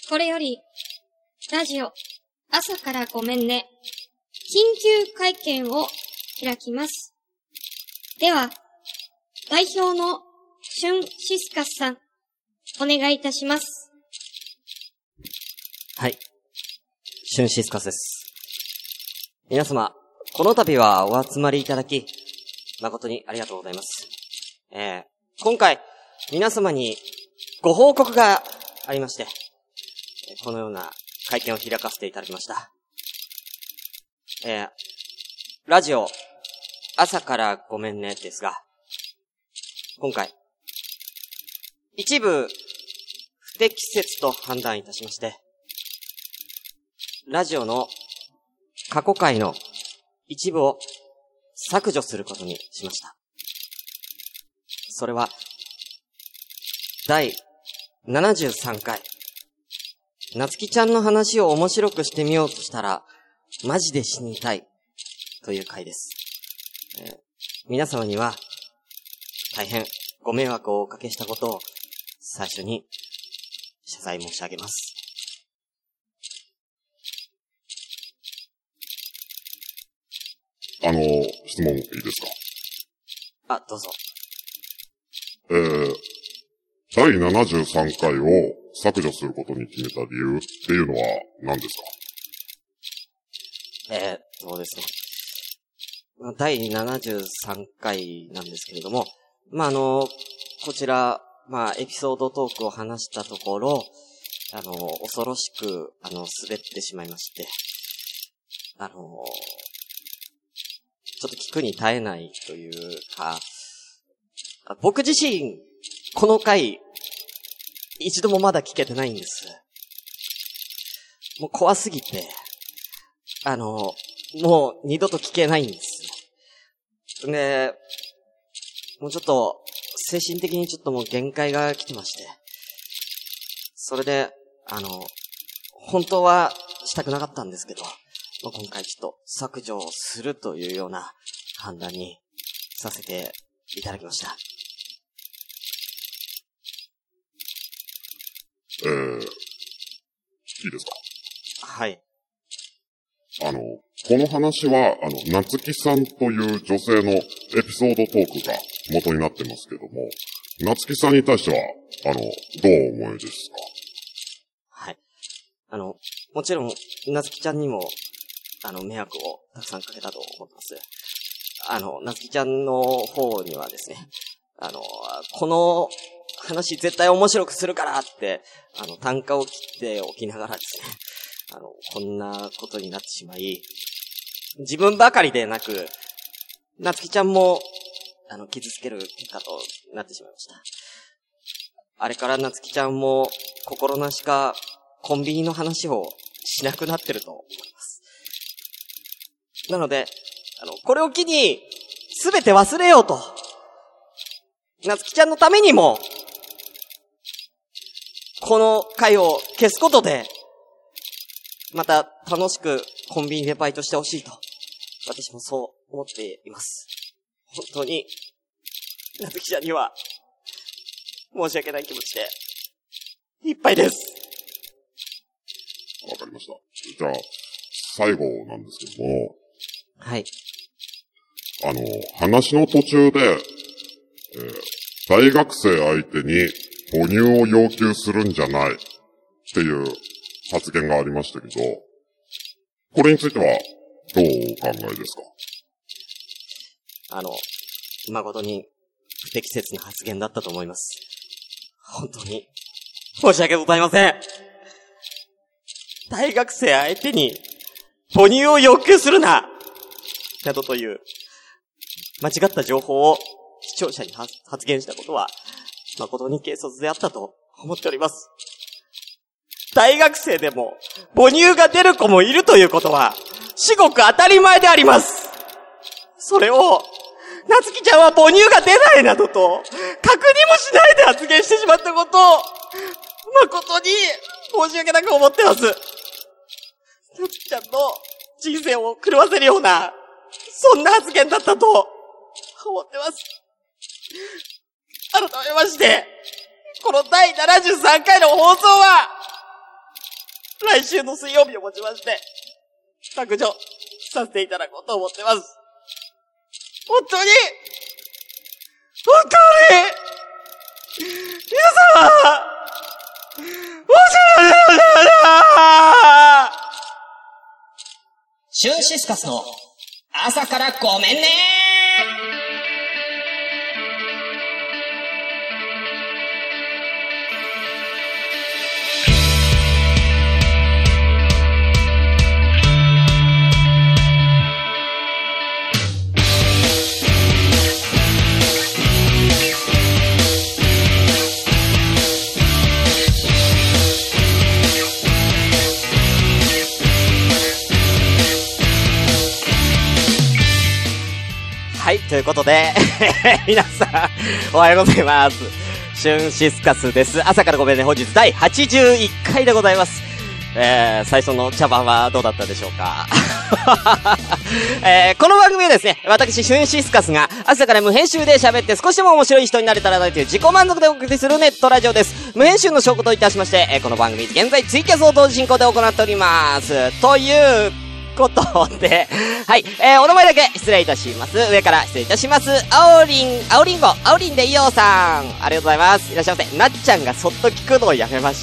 これより、ラジオ、朝からごめんね、緊急会見を開きます。では、代表のシュンシスカスさん、お願いいたします。 はい。シュンシスカスです。皆様、この度はお集まりいただき、誠にありがとうございます。今回、皆様にご報告がありまして、このような会見を開かせていただきました。ラジオ、朝からごめんねですが、今回、一部不適切と判断いたしまして、ラジオの過去回の一部を削除することにしました。それは、第73回、なつきちゃんの話を面白くしてみようとしたら、マジで死にたいという回です。皆様には、大変ご迷惑をおかけしたことを最初に謝罪申し上げます。 質問いいですか？どうぞ。 第73回を削除することに決めた理由っていうのは何ですか？ そうですね。第73回なんですけれども、こちら、エピソードトークを話したところ、恐ろしく、滑ってしまいまして、ちょっと聞くに耐えないというか、僕自身、この回、一度もまだ聞けてないんです。もう怖すぎて、もう二度と聞けないんです。で、もうちょっと、精神的にちょっともう限界が来てまして、それで、本当はしたくなかったんですけど、今回ちょっと削除をするというような判断にさせていただきました。 いいですか？ はい。 この話は、なつきさんという女性のエピソードトークが元になってますけども、なつきさんに対しては、どうお思いですか？ はい。もちろん、なつきちゃんにも、迷惑をたくさんかけたと思ってます。なつきちゃんの方にはですね、この話絶対面白くするからって、単価を切っておきながらですね、こんなことになってしまい、自分ばかりでなく、なつきちゃんも、傷つける結果となってしまいました。あれからなつきちゃんも、心なしか、コンビニの話をしなくなってると思います。なので、これを機に、すべて忘れようと。なつきちゃんのためにも、この回を消すことで、また楽しくコンビニでバイトしてほしいと、私もそう思っています。本当に、なつきちゃんには、申し訳ない気持ちで、いっぱいです。 わかりました。じゃあ、最後なんですけども。 はい。 話の途中で、大学生相手に母乳を要求するんじゃないっていう発言がありましたけど、これについてはどうお考えですか？ 誠に不適切な発言だったと思います。本当に申し訳ございません。大学生相手に母乳を要求するななどという間違った情報を視聴者に発言したことは誠に軽率であったと思っております。大学生でも母乳が出る子もいるということは至極当たり前であります。それをなつきちゃんは母乳が出ないなどと確認もしないで発言してしまったことを誠に申し訳なく思ってます。なつきちゃんの人生を狂わせるようなそんな発言だったと思ってます。改めましてこの第73回の放送は来週の水曜日をもちまして、削除させていただこうと思ってます。本当に皆様申し訳ございません。 シュンシスカスの朝からごめんね。 はい、ということで、皆さん、おはようございます。シュンシスカスです。朝からごめんね、本日第81回でございます。最初の茶番はどうだったでしょうか。この番組はですね、私、シュンシスカスが朝から無編集で喋って少しでも面白い人になれたらなという自己満足でお送りするネットラジオです。無編集の証拠といたしまして、この番組、現在ツイキャスを同時進行で行っております。ということで、はい、お名前だけ失礼いたします。上から失礼いたします。青りんでいようさん。ありがとうございます。いらっしゃいませ。なっちゃんがそっと聞くのをやめました。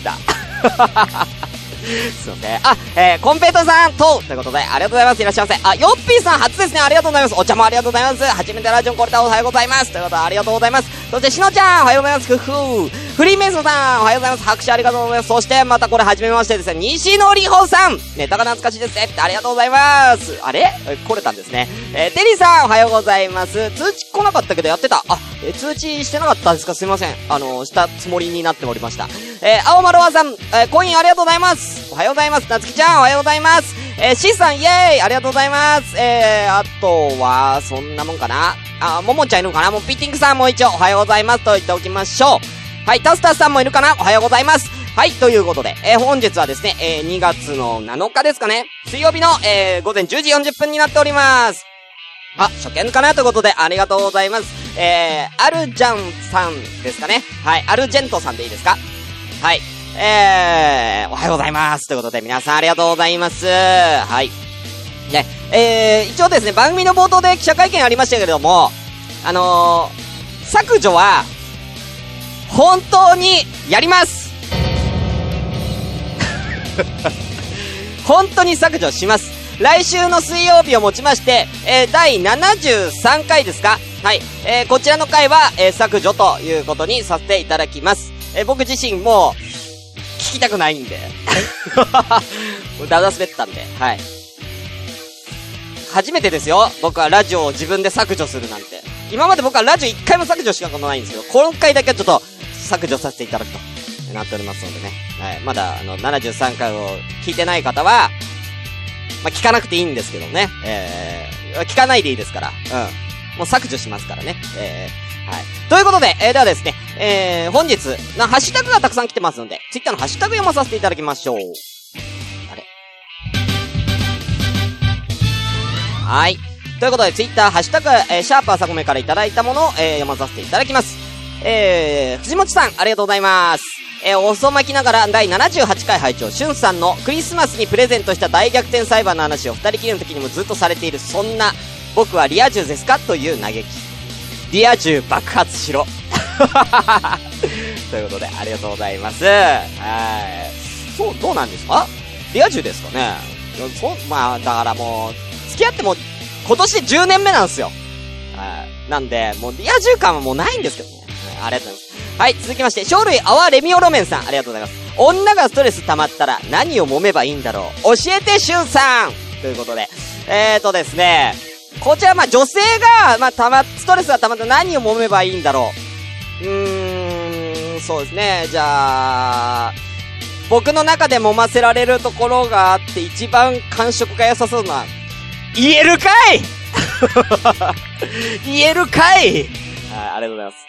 すいません。コンペイトさんということで、ありがとうございます。いらっしゃいませ。ヨッピーさん初ですね。ありがとうございます。お茶もありがとうございます。初めてラジオンコレタおはようございます。ということで、ありがとうございます。そして、しのちゃん、おはようございます。フリーメイソンさん、おはようございます。拍手ありがとうございます。そして、またこれ初めましてですね、西野里穂さん。ネタが懐かしいですね。ありがとうございます。あれ来れたんですね。テリーさん、おはようございます。通知来なかったけどやってた。通知してなかったですか？すいません。したつもりになっておりました。青丸和さん、コインありがとうございます。おはようございます。なつきちゃん、おはようございます。シーさん、イェーイありがとうございます。あとは、そんなもんかな。ももちゃんいるのかな。もうピッティングさんも一応、おはようございますと言っておきましょう。はい、タスタスさんもいるかな。おはようございます。はい、ということで、本日はですね、2月の7日ですかね。水曜日の、午前10時40分になっております。初見かなということで、ありがとうございます。アルジャンさんですかね。はい、アルジェントさんでいいですか？はい。おはようございます。ということで、皆さんありがとうございます。はい。ね、一応ですね、番組の冒頭で記者会見ありましたけれども、削除は、本当にやります。本当に削除します。来週の水曜日をもちまして、第73回ですか？はい。こちらの回は、削除ということにさせていただきます。僕自身も聞きたくないんで。だだ滑ったんで。はい。初めてですよ。僕はラジオを自分で削除するなんて。今まで僕はラジオ1回も削除したことないんですけど、今回だけはちょっと削除させていただくとなっておりますのでね。はい。まだ73回を聞いてない方は、聞かなくていいんですけどね。聞かないでいいですから。もう削除しますからね。はい。ということで、ではですね、本日、ハッシュタグがたくさん来てますので、ツイッターのハッシュタグ読まさせていただきましょう。あれ？はい。ということで、ツイッター、ハッシュタグ、シャープ朝ごめからいただいたものを、読まさせていただきます。藤本さん、ありがとうございます。遅まきながら第78回拝聴、しゅんさんのクリスマスにプレゼントした大逆転裁判の話を二人きりの時にもずっとされている、そんな、僕はリア充ですかという嘆き。リア充爆発しろ。ということで、ありがとうございます。そう、どうなんですか？リア充ですかね？だからもう、付き合っても、今年で10年目なんですよ。なんで、もうリア充感はもうないんですけどね。ありがとうございます。はい、続きまして、生類泡レミオロメンさん、ありがとうございます。女がストレス溜まったら何を揉めばいいんだろう。教えて、しゅんさんということで。ですね、こちら、女性が、ストレスが溜まったら何を揉めばいいんだろう。そうですね、じゃあ、僕の中で揉ませられるところがあって一番感触が良さそうな、言えるかい言えるかいありがとうございます。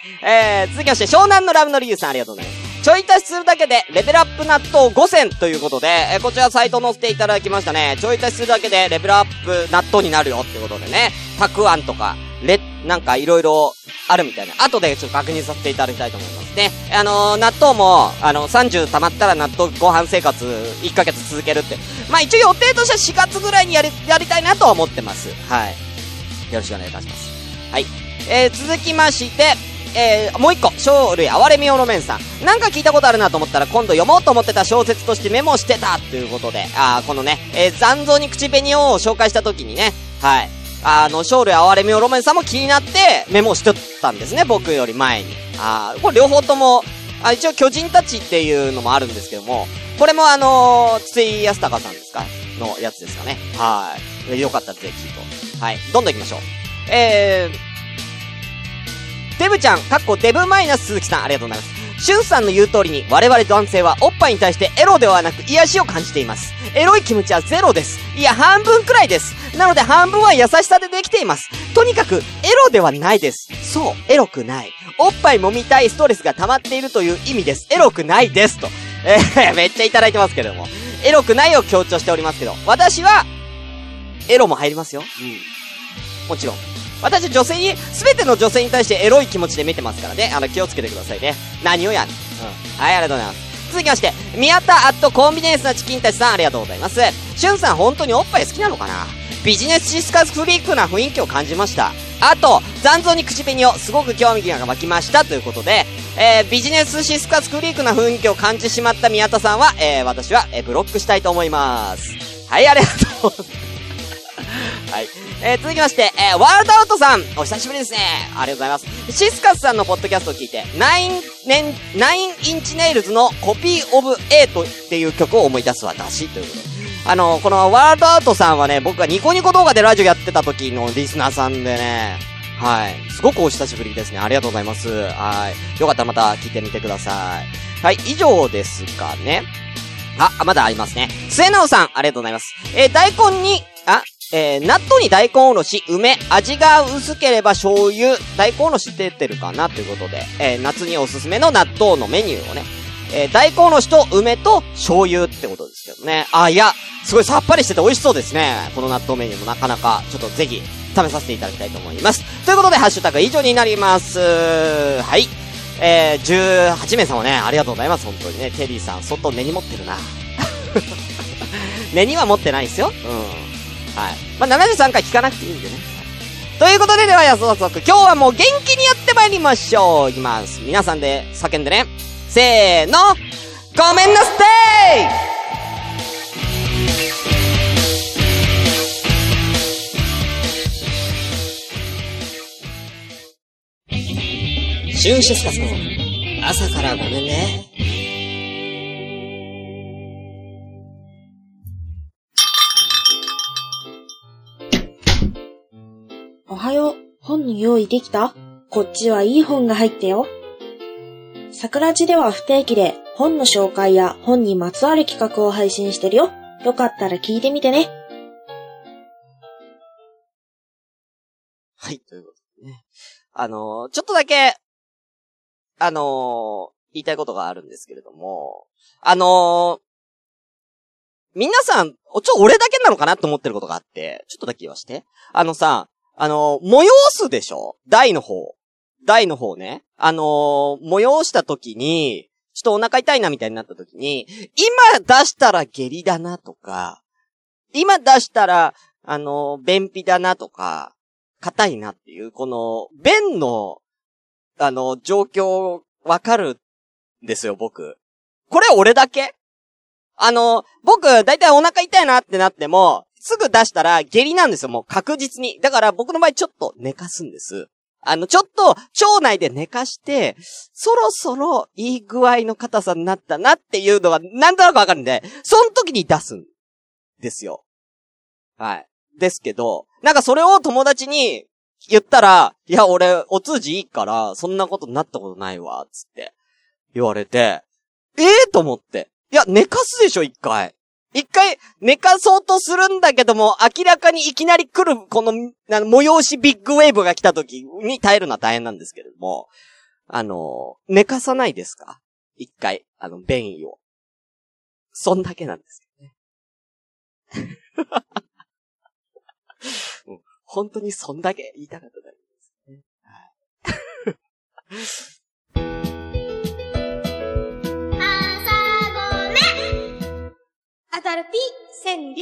続きまして、湘南のラブのリュウさん、ありがとうございます。ちょい足しするだけでレベルアップ納豆5選ということで、こちらサイト載せていただきましたね。ちょい足しするだけでレベルアップ納豆になるよってことでね。たくあんとか、レッなんかいろいろあるみたいな。後でちょっと確認させていただきたいと思いますね。納豆も、30溜まったら納豆ご飯生活1ヶ月続けるって。まあ一応予定としては4月ぐらいにやりたいなとは思ってます。はい。よろしくお願いいたします。はい。続きまして、もう一個、生類哀れみおろめんさん。なんか聞いたことあるなと思ったら今度読もうと思ってた小説としてメモしてたということで、このね、残像に口紅を紹介した時にね、はい。生類哀れみおろめんさんも気になってメモしてたんですね、僕より前に。これ両方とも、一応巨人たちっていうのもあるんですけども、これも筒井康隆さんですかのやつですかね。はい。よかったらぜひと。はい。どんどん行きましょう。デブちゃん、デブマイナス鈴木さん、ありがとうございます。シュンさんの言う通りに、我々男性はおっぱいに対してエロではなく癒しを感じています。エロい気持ちはゼロです。いや、半分くらいです。なので半分は優しさでできています。とにかく、エロではないです。そう、エロくない。おっぱい揉みたいストレスが溜まっているという意味です。エロくないです。と。めっちゃいただいてますけれども。エロくないを強調しておりますけど、私は、エロも入りますよ。うん。もちろん。私女性に、すべての女性に対してエロい気持ちで見てますからね。気をつけてくださいね。何をやん。うん。はい、ありがとうございます。続きまして、宮田アットコンビニエンスなチキンたちさん、ありがとうございます。しゅんさん本当におっぱい好きなのかな？ビジネスシスカスフリークな雰囲気を感じました。あと、残像に口紅をすごく興味が湧きましたということで、ビジネスシスカスフリークな雰囲気を感じてしまった宮田さんは、私は、ブロックしたいと思います。はい、ありがとう。はい。続きまして、ワールドアウトさん、お久しぶりですね。ありがとうございます。シスカスさんのポッドキャストを聞いて、9インチネイルズのコピーオブ8っていう曲を思い出す私ということで。このワールドアウトさんはね、僕がニコニコ動画でラジオやってた時のリスナーさんでね、はい。すごくお久しぶりですね。ありがとうございます。はい。よかったらまた聞いてみてください。はい。以上ですかね。まだありますね。末直さん、ありがとうございます。大根に、納豆に大根おろし、梅、味が薄ければ醤油、大根おろし出てるかなということで、夏におすすめの納豆のメニューをね、大根おろしと梅と醤油ってことですけどね。いや、すごいさっぱりしてて美味しそうですね。この納豆メニューもなかなか、ちょっとぜひ、食べさせていただきたいと思います。ということで、ハッシュタグ以上になります。はい。18名様ね、ありがとうございます。本当にね、テリーさん、外根に持ってるな。根には持ってないですよ。うん。はい。まあ、73回聞かなくていいんでね。ということで、では、早速、今日はもう元気にやってまいりましょう。いきます。皆さんで叫んでね。せーの。ごめんなさい。シュンシスカスの朝からごめんね。 おはよう。本の用意できた？こっちはいい本が入ったよ。桜地では不定期で本の紹介や本にまつわる企画を配信してるよ。よかったら聞いてみてね。 はい、ということでね。ちょっとだけ、言いたいことがあるんですけれども、皆さん、俺だけなのかなと思ってることがあって、ちょっとだけ言わして。催すでしょ？台の方ね。催した時に、ちょっとお腹痛いなみたいになった時に、今出したら下痢だなとか、今出したら、便秘だなとか、硬いなっていう、この、便の、状況、わかるんですよ、僕。これ俺だけ？僕、だいたいお腹痛いなってなっても、すぐ出したら下痢なんですよ、もう確実に。だから僕の場合ちょっと寝かすんです。ちょっと腸内で寝かして、そろそろいい具合の硬さになったなっていうのがなんとなくわかるんで、その時に出すんですよ。はい。ですけど、なんかそれを友達に言ったら、いや俺お通じいいから、そんなことになったことないわ、つって言われて、と思って。いや、寝かすでしょ、一回寝かそうとするんだけども、明らかにいきなり来る、この、催しビッグウェーブが来た時に耐えるのは大変なんですけれども、寝かさないですか？一回、便意を。そんだけなんですけどね。本当にそんだけ言いたかっただけですね。 アダルティ川柳。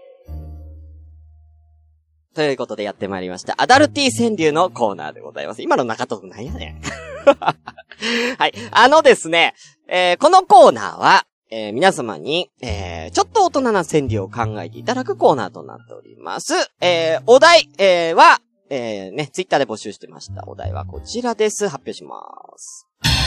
ということでやってまいりました。アダルティ川柳のコーナーでございます。今の中藤なんやねん。はい。ですね、このコーナーは、皆様に、ちょっと大人な川柳を考えていただくコーナーとなっております。お題、は、ね、ツイッターで募集してました。お題はこちらです。発表します。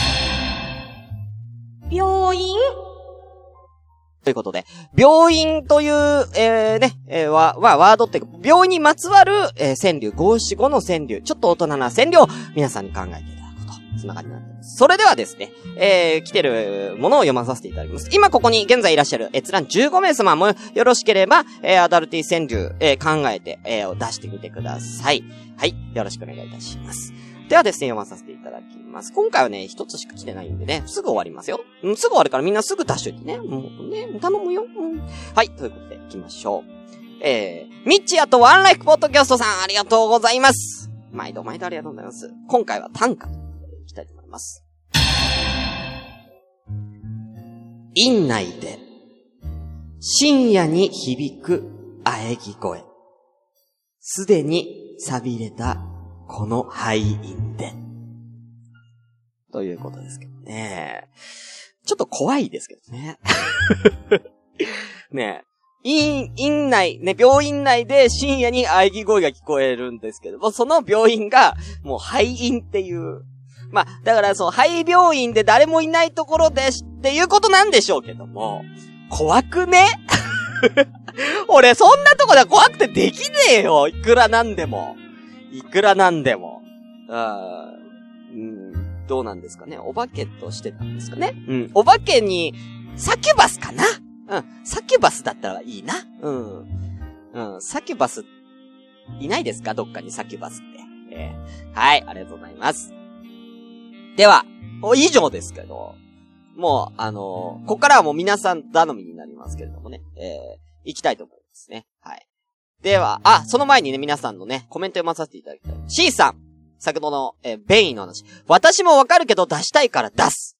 病院。 ということで、病院という、ワードっていうか、病院にまつわる、川柳、五七五の川柳、ちょっと大人な川柳を皆さんに考えていただくこと。そんな感じになってます。それではですね、来てるものを読まさせていただきます。今ここに現在いらっしゃる閲覧15名様もよろしければ、アダルティ川柳、考えて、出してみてください。はい。よろしくお願いいたします。ではですね、読まさせていただきます。今回はね、一つしか来てないんでね、すぐ終わりますよ。すぐ終わるからみんなすぐ出しといてね。もうね、頼むよ。はい、ということで、行きましょう。ミッチーあとワンライフポッドキャストさん、ありがとうございます。毎度ありがとうございます。今回は短歌、いきたいと思います。院内で、深夜に響く喘ぎ声。すでに錆びれたこの廃院で。ということですけどね。ちょっと怖いですけどね。ねえ。院内、ね、病院内で深夜に喘ぎ声が聞こえるんですけども、その病院が、もう廃院っていう。まあ、だからそう、廃病院で誰もいないところでっていうことなんでしょうけども、怖くね俺、そんなとこで怖くてできねえよ。いくらなんでも。どうなんですかね。お化けとしてたんですかね。お化けに、サキュバスかな。サキュバスだったらいいな。サキュバス、いないですかどっかにサキュバスって。はい、ありがとうございます。では、以上ですけど、もう、ここからはもう皆さん頼みになりますけれどもね、行きたいと思いますね。はい。では、その前にね、皆さんのね、コメント読まさせていただきたい。C さん、先ほどの、ベインの話。私もわかるけど出したいから出す。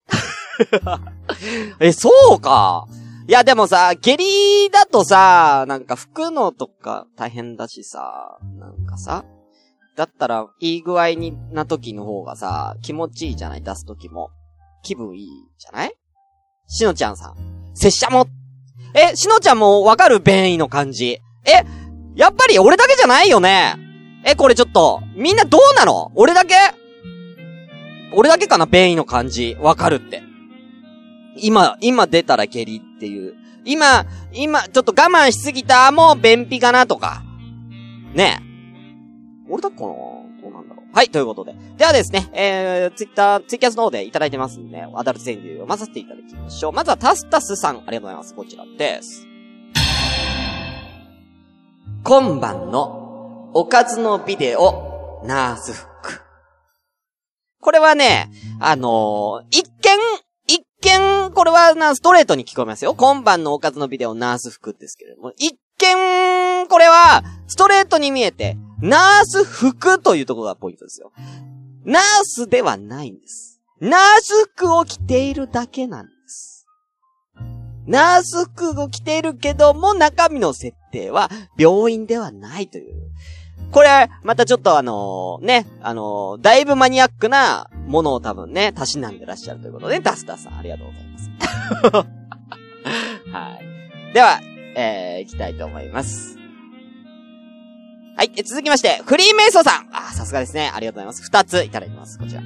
そうか。いや、でもさ、下痢だとさ、なんか拭くのとか大変だしさ、なんかさ、だったら、いい具合な時の方がさ、気持ちいいじゃない？出す時も。気分いいじゃない？しのちゃんさん。拙者も。しのちゃんもわかる？便意の感じ。やっぱり俺だけじゃないよね。これちょっと、みんなどうなの？俺だけかな？便意の感じ。わかるって。今出たら下痢っていう。今、ちょっと我慢しすぎた、もう便秘かなとか。ねえ。俺だっかな？どうなんだろう。はい、ということで。ではですね、ツイキャスの方でいただいてますんで、アダルト川柳を読まさせていただきましょう。まずはタスタスさん、ありがとうございます。こちらです。今晩のおかずのビデオ、ナースフック。これはね、一見、これはストレートに聞こえますよ。今晩のおかずのビデオ、ナースフックですけれども、一見、これは、ストレートに見えて、ナース服というところがポイントですよ。ナースではないんです。ナース服を着ているだけなんです。ナース服を着ているけども、中身の設定は病院ではないという。これ、またちょっとだいぶマニアックなものを多分ね、たしなんでらっしゃるということで、タスタさん、ありがとうございます。はい。では、行きたいと思います。はい、続きまして、フリーメイソーさん。さすがですね。ありがとうございます。2ついただいてます。こちら。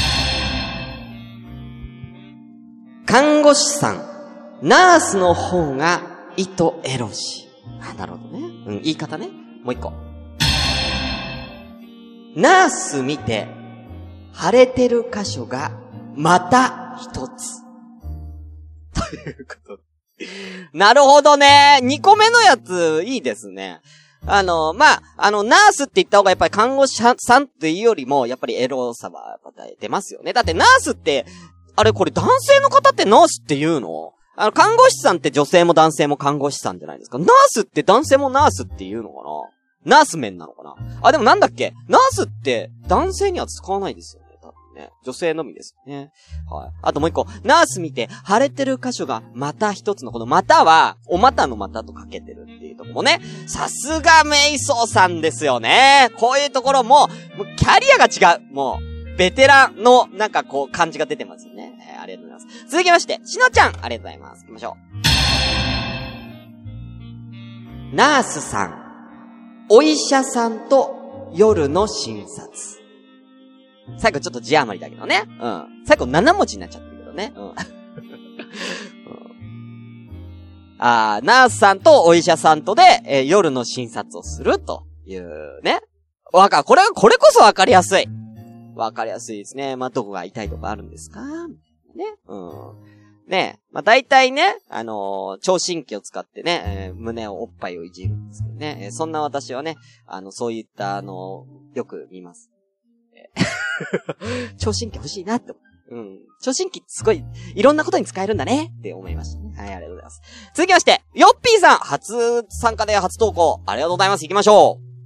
看護師さん。ナースの方が、糸エロし。なるほどね。言い方ね。もう一個。ナース見て、腫れてる箇所が、また一つ。ということで。なるほどね。2個目のやつ、いいですね。ナースって言った方がやっぱり看護師さんっていうよりも、やっぱりエロさは出ますよね。だってナースって、これ男性の方ってナースって言うの？看護師さんって女性も男性も看護師さんじゃないですか。ナースって男性もナースって言うのかナースメンなのかなあ、でもなんだっけナースって男性には使わないですよね。多分ね。女性のみですよね。はい。あともう一個。ナース見て腫れてる箇所がまた一つのこのまたは、お股のまたとかけてるっていうところもね。さすがメイソーさんですよね。こういうところもうキャリアが違う。もう、ベテランのなんかこう感じが出てますよね。ありがとうございます。続きまして、しのちゃん、ありがとうございます。行きましょう。ナースさん。お医者さんと夜の診察。最後ちょっと字余りだけどね。うん。最後7文字になっちゃってるけどね。うん。ナースさんとお医者さんとで、夜の診察をするというね。これこそわかりやすい。わかりやすいですね。まあ、どこが痛いとかあるんですかね。うん。ねまあ、大体ね、聴診器を使ってね、胸をおっぱいをいじるんですけどね。そんな私はね、そういった、よく見ます。聴診器欲しいなって思う。うん。聴診器すごい、いろんなことに使えるんだねって思いましたね。はい、ありがとうございます。続きまして、ヨッピーさん、初参加で初投稿、ありがとうございます。行きましょう。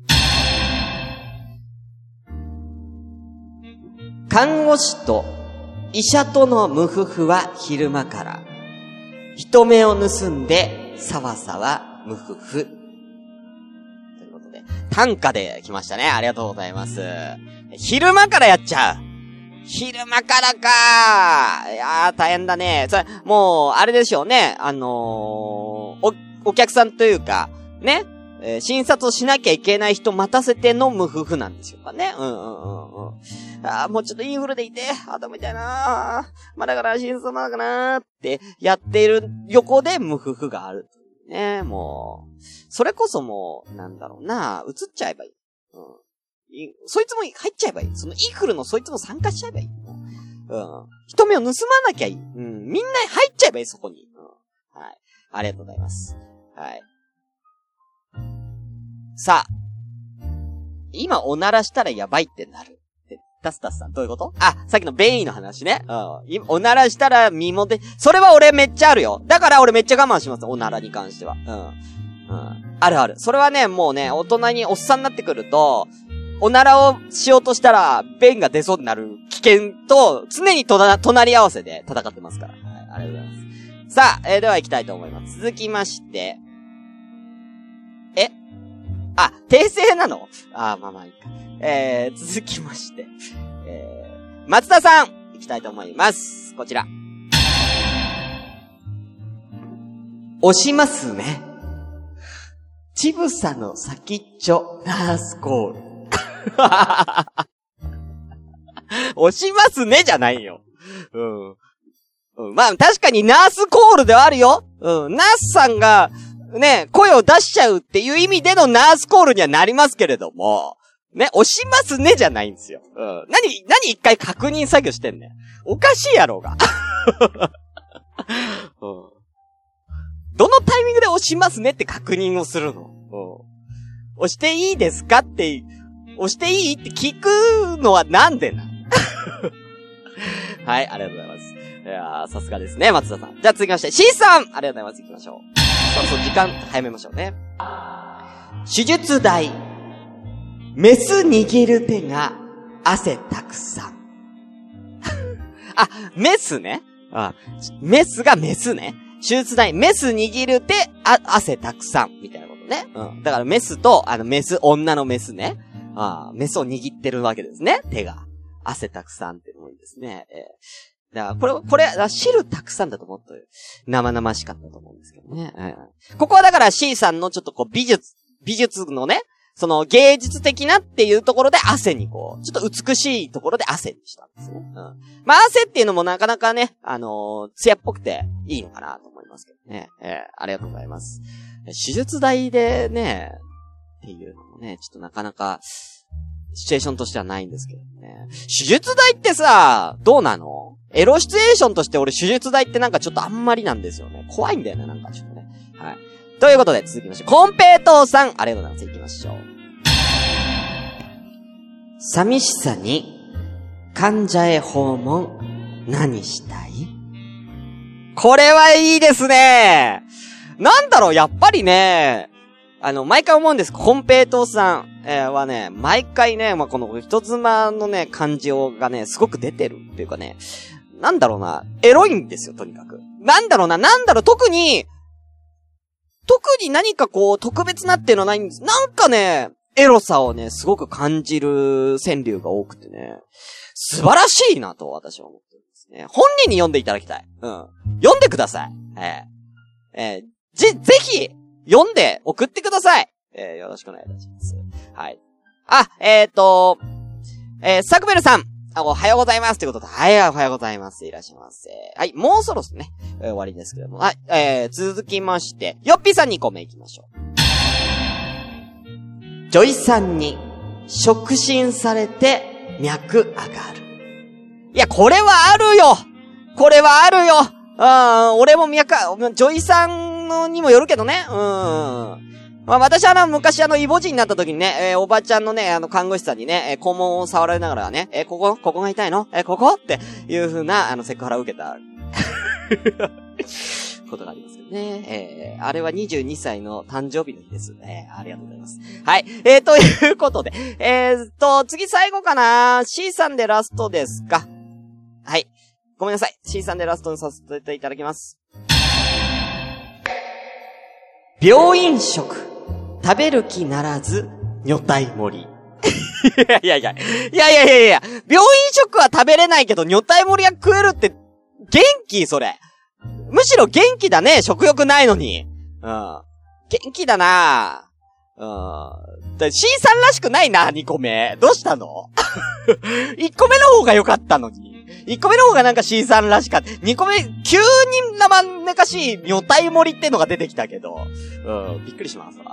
看護師と医者との無夫婦は昼間から。人目を盗んで、さわさわ無夫婦。ということで、短歌で来ましたね。ありがとうございます。昼間からやっちゃう。昼間からか。いやー、大変だね。それ、もう、あれでしょうね。お客さんというか、ね。診察をしなきゃいけない人待たせての無夫婦なんですよね。もうちょっとインフルでいて、頭痛いなー。まあだから診察まだかなーってやっている横で無夫婦がある。ね、もう。それこそもう、なんだろうな、映っちゃえばいい。そいつも入っちゃえばいい。そのインフルのそいつも参加しちゃえばいい。人目を盗まなきゃいい。みんな入っちゃえばいい、そこに。はい。ありがとうございます。はい。さあ。今おならしたらやばいってなる。タスタスさん、どういうこと？さっきの便意の話ね。おならしたら身もで、それは俺めっちゃあるよ。だから俺めっちゃ我慢します。おならに関しては。あるある。それはね、もうね、大人におっさんになってくると、おならをしようとしたら、便が出そうになる危険と、常に隣り合わせで戦ってますから。はい、ありがとうございます。さあ、では行きたいと思います。続きまして、訂正なの？まあいいか。続きまして、松田さん、行きたいと思います。こちら。押しますね。ちぶさの先っちょ、ナースコール。押しますねじゃないよ。まあ確かにナースコールではあるよ。ナースさんが、ね、声を出しちゃうっていう意味でのナースコールにはなりますけれども、ね、押しますねじゃないんですよ。何一回確認作業してんねん。おかしいやろうが。どのタイミングで押しますねって確認をするの？押していいですかって、押していいって聞くのはなんでなはい、ありがとうございます。いやー、さすがですね、松田さん。じゃあ続きまして、C さんありがとうございます。行きましょう。そう、時間早めましょうね。手術台。メス握る手が汗たくさん。メスね。メスがメスね。手術台、メス握る手、汗たくさん。みたいなことね。だからメスと、メス、女のメスね。メスを握ってるわけですね。手が。汗たくさんっていうのもいいですね。だからこれ、汁たくさんだと思って、生々しかったと思うんですけどね。ここはだから C さんのちょっとこう美術のね、その芸術的なっていうところで汗にこう、ちょっと美しいところで汗にしたんですね。まあ汗っていうのもなかなかね、艶っぽくていいのかなと思いますけどね。ありがとうございます。手術台でね、っていうのもね、ちょっとなかなか、シチュエーションとしてはないんですけどね。手術台ってさ、どうなの？エロシチュエーションとして俺手術台ってなんかちょっとあんまりなんですよね。怖いんだよね、なんかちょっとね。はい。ということで続きまして、コンペイトーさん、ありがとうございます。行きましょう。寂しさに、患者へ訪問、何したい？これはいいですね。なんだろう、やっぱりね、 毎回思うんです。コンペイトーさん、はね、毎回ね、この人妻のね、感情がね、すごく出てるっていうかね、なんだろうな、エロいんですよ、とにかく。特に何かこう、特別なっていうのはないんです。なんかね、エロさをね、すごく感じる川柳が多くてね、素晴らしいなと私は思ってるんですね。本人に読んでいただきたい。読んでください。ぜひ、読んで送ってください。よろしくお願いいたします。はい。サクベルさん。おはようございます。ということで、はい、おはようございます。いらっしゃいませ。はい、もうそろそろね、終わりですけども。はい、続きまして、ヨッピーさん2個目行きましょう。ジョイさんに、触診されて、脈上がる。いや、これはあるよ。俺もジョイさんにもよるけどね。私昔イボ痔になった時にね、おばちゃんのね、看護師さんにね、肛門を触られながらね、ここが痛いのここっていう風な、セクハラを受けた、ことがありますよね。あれは22歳の誕生日の日です。ありがとうございます。はい。ということで、次最後かな ?C さんでラストですか。はい。ごめんなさい。C さんでラストにさせていただきます。病院食。食べる気ならず、女体盛り。いや。病院食は食べれないけど、女体盛りは食えるって、元気それ。むしろ元気だね、食欲ないのに。元気だなC さんらしくないな、2個目。どうしたの ?1 個目の方が良かったのに。1個目の方がなんか C さんらしかった。2個目、急に生めかしい女体盛りってのが出てきたけど。びっくりしますわ。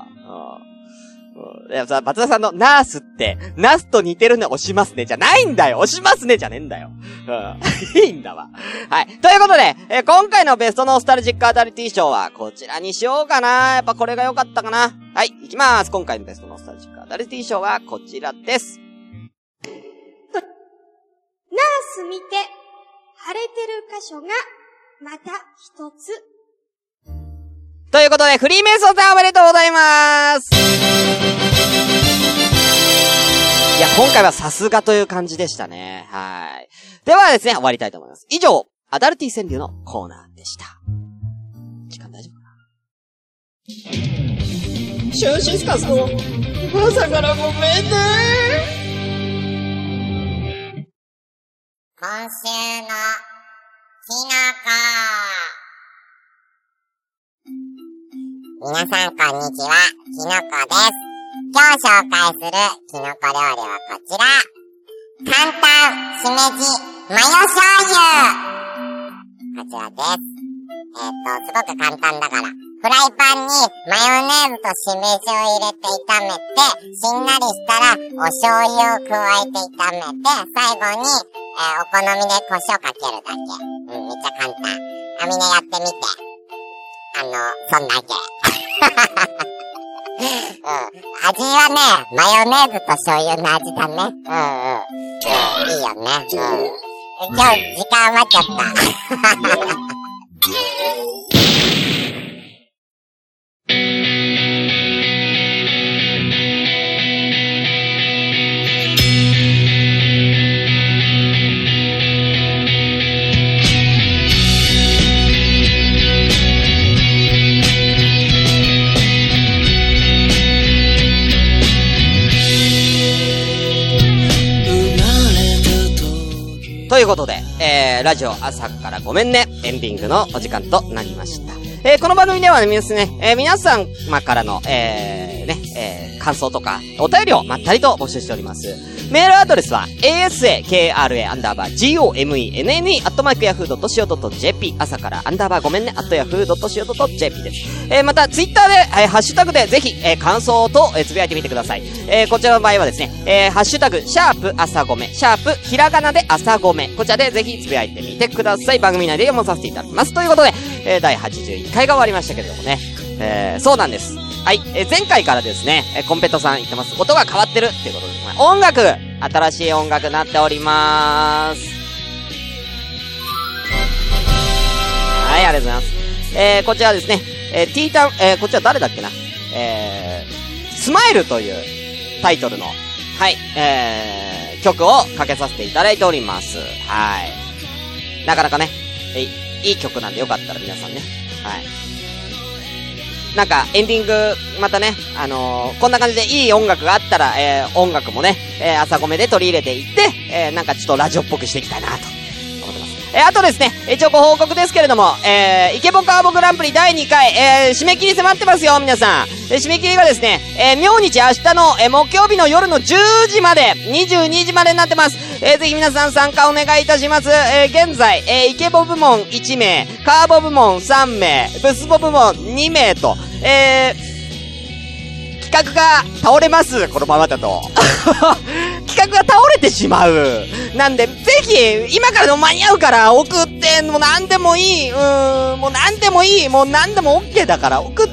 松田さんのナースって、ナスと似てるね、押しますね、じゃないんだよ。押しますね、じゃねえんだよ。いいんだわ。はい。ということで、今回のベストノスタルジックアダリティ賞はこちらにしようかな。やっぱこれが良かったかな。はい、いきまーす。今回のベストノスタルジックアダリティ賞はこちらです。 ナース見て、腫れてる箇所が、また一つ。 ということで、フリーメイソンさんおめでとうございます。いや、今回はさすがという感じでしたね。はい。ではですね、終わりたいと思います。以上、アダルティ川柳のコーナーでした。時間大丈夫かな？シュンシスカスの朝からごめんね。 今週のキノコ。皆さんこんにちは、キノコです。今日紹介するキノコ料理はこちら。簡単しめじマヨ醤油。こちらです。すごく簡単だから。フライパンにマヨネーズとしめじを入れて炒めて、しんなりしたらお醤油を加えて炒めて、最後に、お好みで胡椒かけるだけ。めっちゃ簡単。みんなやってみて。そんだけ。味はね、マヨネーズと醤油の味だね。いいよね。今日時間余っちゃった。 ということで、ラジオ朝からごめんね、エンディングのお時間となりました。この番組ではね、皆さんからの、感想とか、お便りをまったりと募集しております。メールアドレスは、asakra_gomenne@yahoo.co.jp 朝からごめんね@yahoo.co.jp です。また、ツイッターで、ハッシュタグでぜひ、感想と、つぶやいてみてください。こちらの場合はですね、ハッシュタグ、朝ごめ、ひらがなで朝ごめ、こちらでぜひつぶやいてみてください。番組内で読まさせていただきます。ということで、第81回が終わりましたけれどもね、そうなんです。はい、前回からですね、コンペットさん言ってます。音が変わってるっていうことで、音楽、新しい音楽になっておりまーす。はい、ありがとうございます。こちらですね、ティータン、こちら誰だっけな。 スマイルというタイトルの、はい、曲をかけさせていただいております。はい。なかなかね、いい曲なんでよかったら皆さんね、はい。なんか、エンディング、またね、こんな感じでいい音楽があったら、音楽もね、朝ごめで取り入れていって、なんかちょっとラジオっぽくしていきたいなと思ってます。あとですね、一応ご報告ですけれども、イケボカーボグランプリ第2回、締め切り迫ってますよ、皆さん。締め切りがですね、明日明日の、木曜日の夜の10時まで、22時までになってます。ぜひ皆さん参加お願いいたします。現在、イケボ部門1名、カーボ部門3名、ブスボ部門2名と、企画が倒れます、このままだと。企画が倒れてしまう。なんで、ぜひ、今からでも間に合うから送って、もう何でもいい。もう何でもいい。もう何でも OK だから送って、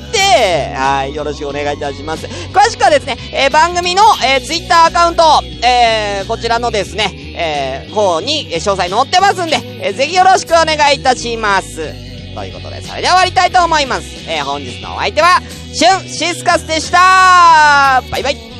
はい、よろしくお願いいたします。詳しくはですね、番組の、Twitter アカウント、こちらのですね、方に詳細載ってますんで、ぜひよろしくお願いいたします。ということで、それでは終わりたいと思います。本日のお相手は、シュンシスカスでした。バイバイ。